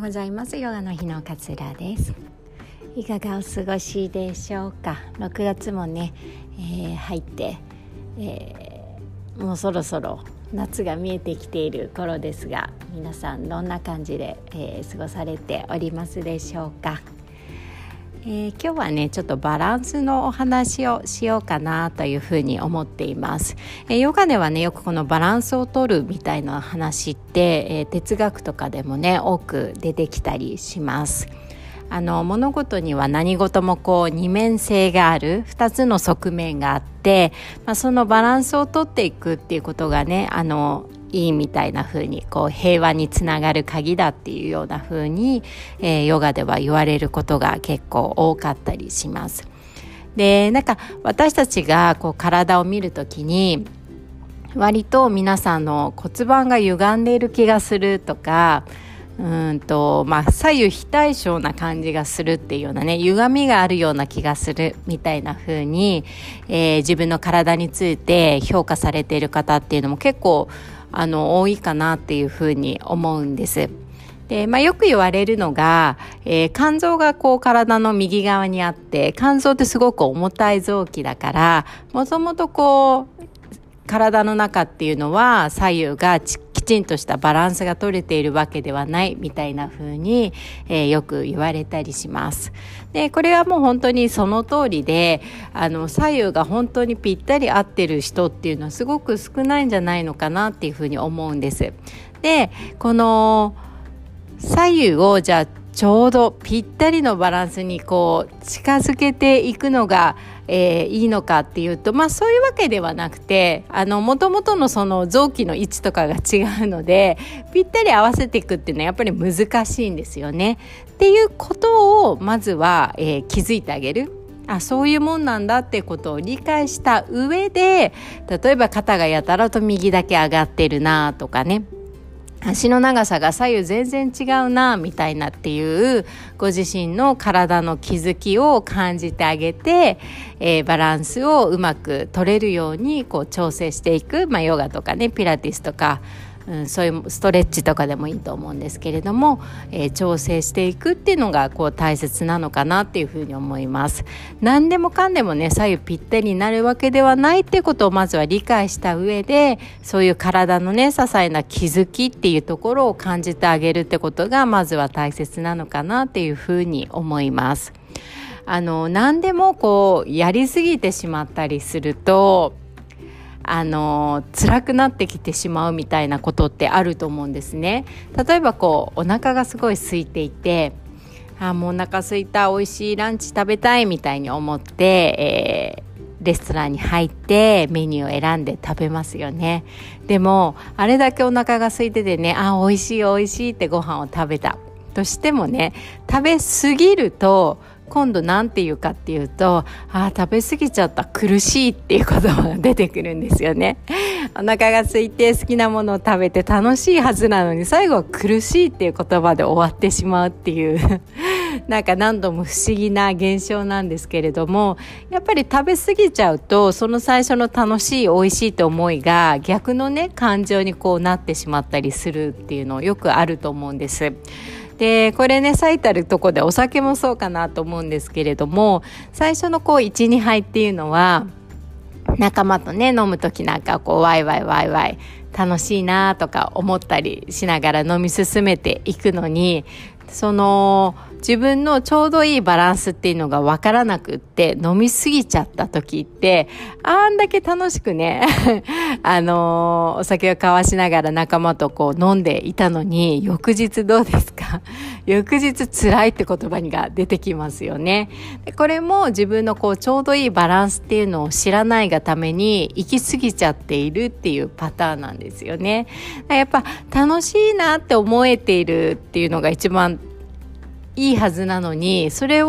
ございます。ヨガの日の勝浦です。いかがお過ごしでしょうか。6月もね、入って、もうそろそろ夏が見えてきている頃ですが、皆さんどんな感じで、過ごされておりますでしょうか。今日はねちょっとバランスのお話をしようかなというふうに思っています。ヨガではねよくこのバランスを取るみたいな話って、哲学とかでもね多く出てきたりします。物事には何事も二面性がある、2つの側面があって、そのバランスを取っていくっていうことがねいいみたいな風に平和につながる鍵だっていうような風に、ヨガでは言われることが結構多かったりします。で、私たちが体を見るときに割と皆さんの骨盤が歪んでいる気がするとか、左右非対称な感じがするっていうようなね歪みがあるような気がするみたいな風に、自分の体について評価されている方っていうのも結構多いかなっていうふうに思うんです。で、よく言われるのが、肝臓が体の右側にあって、肝臓ってすごく重たい臓器だから、もともと体の中っていうのは左右がきちんとしたバランスが取れているわけではないみたいな風に、よく言われたりします。で、これはもう本当にその通りで、左右が本当にぴったり合ってる人っていうのはすごく少ないんじゃないのかなっていう風に思うんです。で、この左右をじゃあちょうどぴったりのバランスに近づけていくのがいいのかっていうと、そういうわけではなくて、もともとのその臓器の位置とかが違うのでぴったり合わせていくっていうのはやっぱり難しいんですよねっていうことをまずは、気づいてあげる。そういうもんなんだってことを理解した上で、例えば肩がやたらと右だけ上がってるなとかね、足の長さが左右全然違うなみたいなっていうご自身の体の気づきを感じてあげて、バランスをうまく取れるように調整していく、ヨガとかねピラティスとか、そういうストレッチとかでもいいと思うんですけれども、調整していくっていうのが大切なのかなっていうふうに思います。何でもかんでもね左右ぴったりになるわけではないっていうことをまずは理解した上で、そういう体のね些細な気づきっていうところを感じてあげるってことがまずは大切なのかなっていうふうに思います。何でもやりすぎてしまったりすると辛くなってきてしまうみたいなことってあると思うんですね。例えばお腹がすごい空いていて、もうお腹空いた、美味しいランチ食べたいみたいに思って、レストランに入ってメニューを選んで食べますよね。でもあれだけお腹が空いててね、美味しい美味しいってご飯を食べたとしてもね、食べ過ぎると今度なんて言うかっていうと、食べ過ぎちゃった、苦しいっていう言葉が出てくるんですよね。お腹が空いて好きなものを食べて楽しいはずなのに、最後は苦しいっていう言葉で終わってしまうっていう何度も不思議な現象なんですけれども、やっぱり食べ過ぎちゃうとその最初の楽しい美味しいって思いが逆のね感情になってしまったりするっていうのよくあると思うんです。で、これね最たるとこでお酒もそうかなと思うんですけれども、最初の1、2杯っていうのは仲間とね飲むときワイワイワイワイ楽しいなとか思ったりしながら飲み進めていくのに、その自分のちょうどいいバランスっていうのが分からなくって飲みすぎちゃった時って、あんだけ楽しくねお酒を交わしながら仲間と飲んでいたのに、翌日どうですか？翌日辛いって言葉が出てきますよね。で、これも自分のちょうどいいバランスっていうのを知らないがために行き過ぎちゃっているっていうパターンなんですよね。やっぱ楽しいなって思えているっていうのが一番いいはずなのに、それを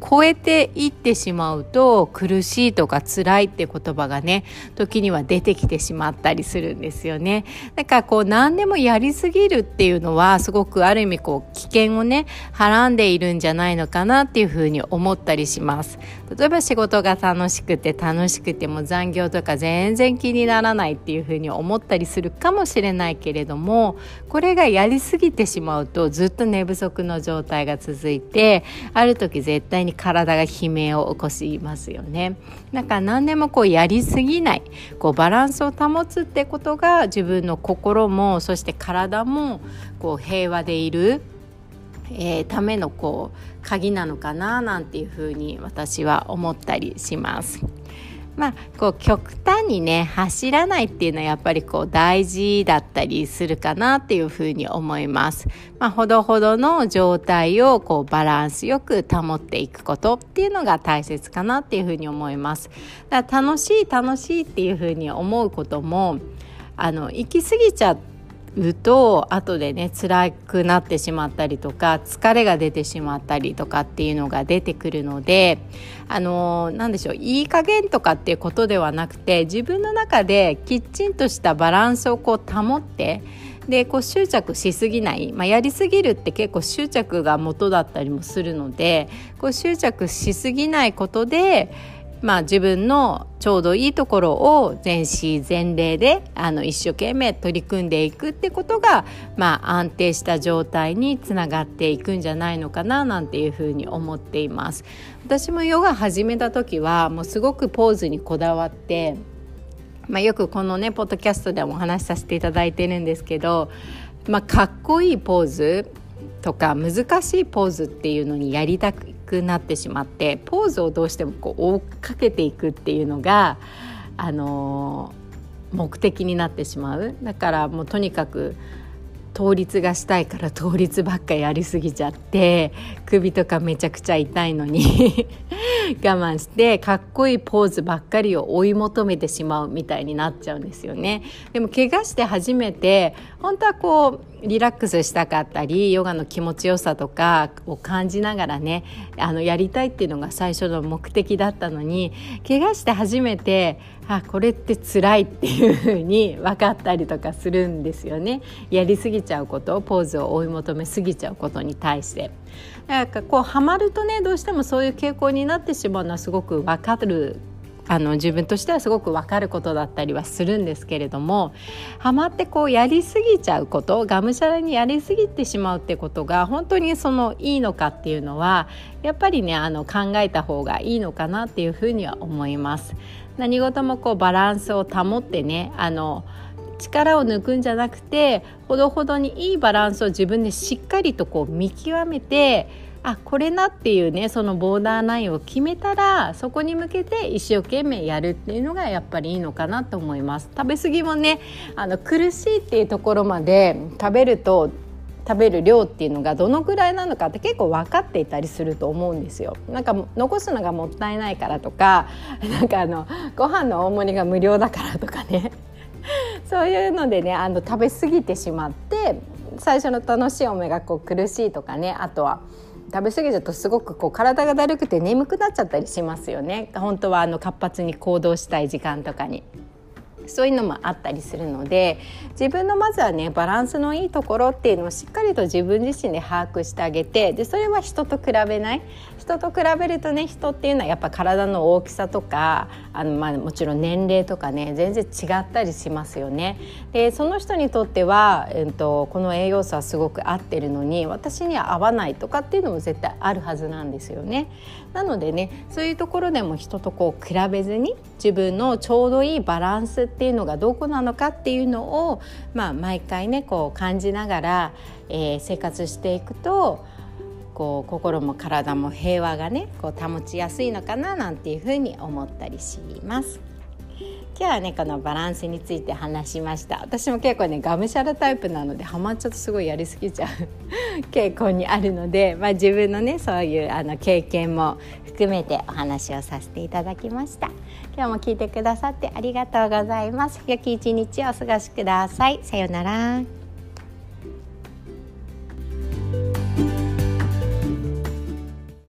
超えていってしまうと苦しいとか辛いって言葉がね時には出てきてしまったりするんですよね。だから何でもやりすぎるっていうのはすごくある意味危険をねはらんでいるんじゃないのかなっていうふうに思ったりします。例えば仕事が楽しくても残業とか全然気にならないっていうふうに思ったりするかもしれないけれども、これがやりすぎてしまうとずっと寝不足の状態が続いて、ある時絶対に体が悲鳴を起こしますよね。だから何でもやりすぎない、バランスを保つってことが自分の心もそして体も平和でいるための鍵なのかななんていうふうに私は思ったりします。極端にね走らないっていうのはやっぱり大事だったりするかなっていうふうに思います。ほどほどの状態をバランスよく保っていくことっていうのが大切かなっていうふうに思います。だから楽しいっていうふうに思うことも行き過ぎちゃうと後でね辛くなってしまったりとか疲れが出てしまったりとかっていうのが出てくるので、なんでしょう、いい加減とかっていうことではなくて、自分の中できっちんとしたバランスを保ってで執着しすぎない、やりすぎるって結構執着が元だったりもするので、執着しすぎないことで自分のちょうどいいところを全身全霊で一生懸命取り組んでいくってことが、安定した状態につながっていくんじゃないのかななんていうふうに思っています。私もヨガ始めた時はもうすごくポーズにこだわって、よくこのねポッドキャストでもお話しさせていただいてるんですけど、かっこいいポーズとか難しいポーズっていうのにやりたくなってしまって、ポーズをどうしても追っかけていくっていうのが、目的になってしまう。だからもうとにかく倒立がしたいから倒立ばっかやりすぎちゃって首とかめちゃくちゃ痛いのに我慢してかっこいいポーズばっかりを追い求めてしまうみたいになっちゃうんですよね。でも怪我して初めて本当はリラックスしたかったりヨガの気持ちよさとかを感じながらねやりたいっていうのが最初の目的だったのに、怪我して初めてこれって辛いっていう風に分かったりとかするんですよね。やりすぎちゃうこと、ポーズを追い求めすぎちゃうことに対して、なんかハマるとねどうしてもそういう傾向になってしまうのはすごく分かる、自分としてはすごく分かることだったりはするんですけれども、ハマってやりすぎちゃうこと、がむしゃらにやりすぎてしまうってことが本当にいいのかっていうのはやっぱりね考えた方がいいのかなっていうふうには思います。何事もバランスを保ってね力を抜くんじゃなくてほどほどにいいバランスを自分でしっかりと見極めて、これなっていうねそのボーダーラインを決めたらそこに向けて一生懸命やるっていうのがやっぱりいいのかなと思います。食べ過ぎもね苦しいっていうところまで食べる量っていうのがどのくらいなのかって結構分かっていたりすると思うんですよ。なんか残すのがもったいないからとか、なんかご飯の大盛りが無料だからとかねそういうのでね食べ過ぎてしまって最初の楽しいお目が苦しいとかね、あとは食べ過ぎちゃうとすごく体がだるくて眠くなっちゃったりしますよね。本当は活発に行動したい時間とかにそういうのもあったりするので、自分のまずはねバランスのいいところっていうのをしっかりと自分自身で把握してあげて、でそれは人と比べない、人と比べるとね人っていうのはやっぱ体の大きさとかもちろん年齢とかね全然違ったりしますよね。でその人にとっては、この栄養素はすごく合ってるのに私には合わないとかっていうのも絶対あるはずなんですよね。なのでねそういうところでも人と比べずに自分のちょうどいいバランスっていうのがどこなのかっていうのを、毎回ね感じながら、生活していくと心も体も平和がね保ちやすいのかななんていうふうに思ったりします。今日はねこのバランスについて話しました。私も結構ねがむしゃらタイプなのでハマっちゃうとすごいやりすぎちゃう傾向にあるので、自分のねそういう経験も含めてお話をさせていただきました。今日も聞いてくださってありがとうございます。良き一日をお過ごしください。さようなら。